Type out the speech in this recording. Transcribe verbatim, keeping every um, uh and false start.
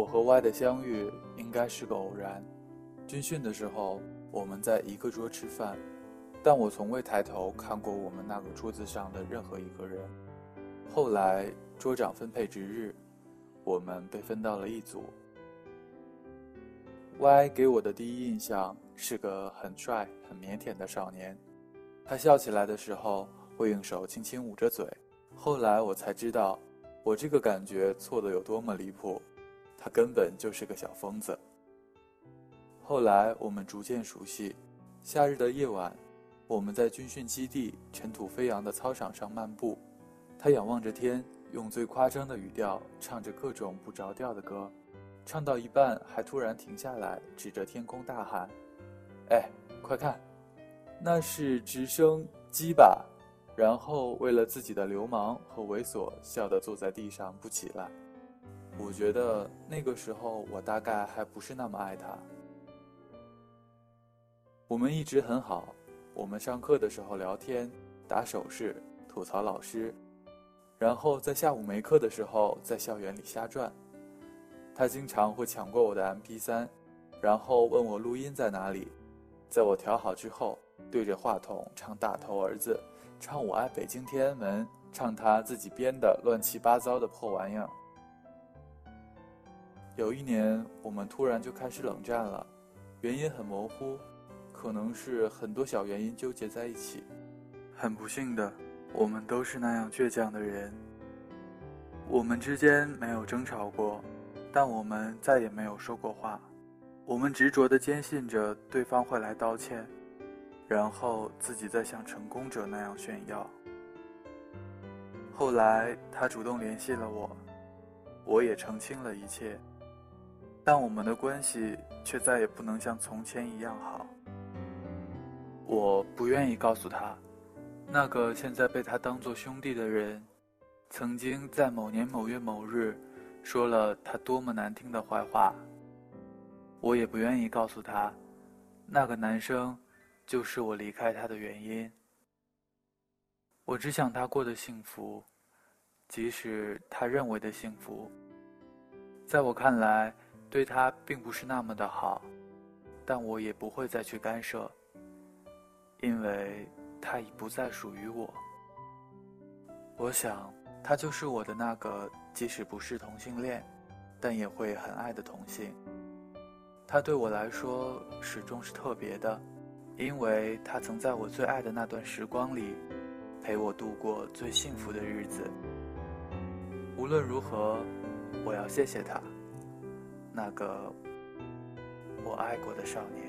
和 Y 的相遇应该是个偶然。军训的时候，我们在一个桌吃饭，但我从未抬头看过我们那个桌子上的任何一个人。后来桌长分配值日，我们被分到了一组。Y 给我的第一印象是个很帅很腼腆的少年，他笑起来的时候会用手轻轻捂着嘴。后来我才知道，我这个感觉错得有多么离谱，他根本就是个小疯子。后来我们逐渐熟悉，夏日的夜晚，我们在军训基地尘土飞扬的操场上漫步，他仰望着天，用最夸张的语调唱着各种不着调的歌，唱到一半还突然停下来，指着天空大喊：哎，快看，那是直升机吧？然后为了自己的流氓和猥琐，笑得坐在地上不起来。我觉得那个时候我大概还不是那么爱他。我们一直很好，我们上课的时候聊天、打手势、吐槽老师，然后在下午没课的时候在校园里瞎转。他经常会抢过我的 M P 三， 然后问我录音在哪里。在我调好之后，对着话筒唱大头儿子，唱我爱北京天安门，唱他自己编的乱七八糟的破玩意儿。有一年我们突然就开始冷战了，原因很模糊，可能是很多小原因纠结在一起。很不幸的，我们都是那样倔强的人。我们之间没有争吵过，但我们再也没有说过话。我们执着地坚信着对方会来道歉，然后自己再像成功者那样炫耀。后来他主动联系了我，我也澄清了一切，但我们的关系却再也不能像从前一样好。我不愿意告诉他，那个现在被他当作兄弟的人，曾经在某年某月某日说了他多么难听的坏话。我也不愿意告诉他，那个男生就是我离开他的原因。我只想他过得幸福，即使他认为的幸福，在我看来对他并不是那么的好，但我也不会再去干涉，因为他已不再属于我。我想他就是我的那个即使不是同性恋，但也会很爱的同性。他对我来说始终是特别的，因为他曾在我最爱的那段时光里陪我度过最幸福的日子。无论如何，我要谢谢他，那个我爱过的少年。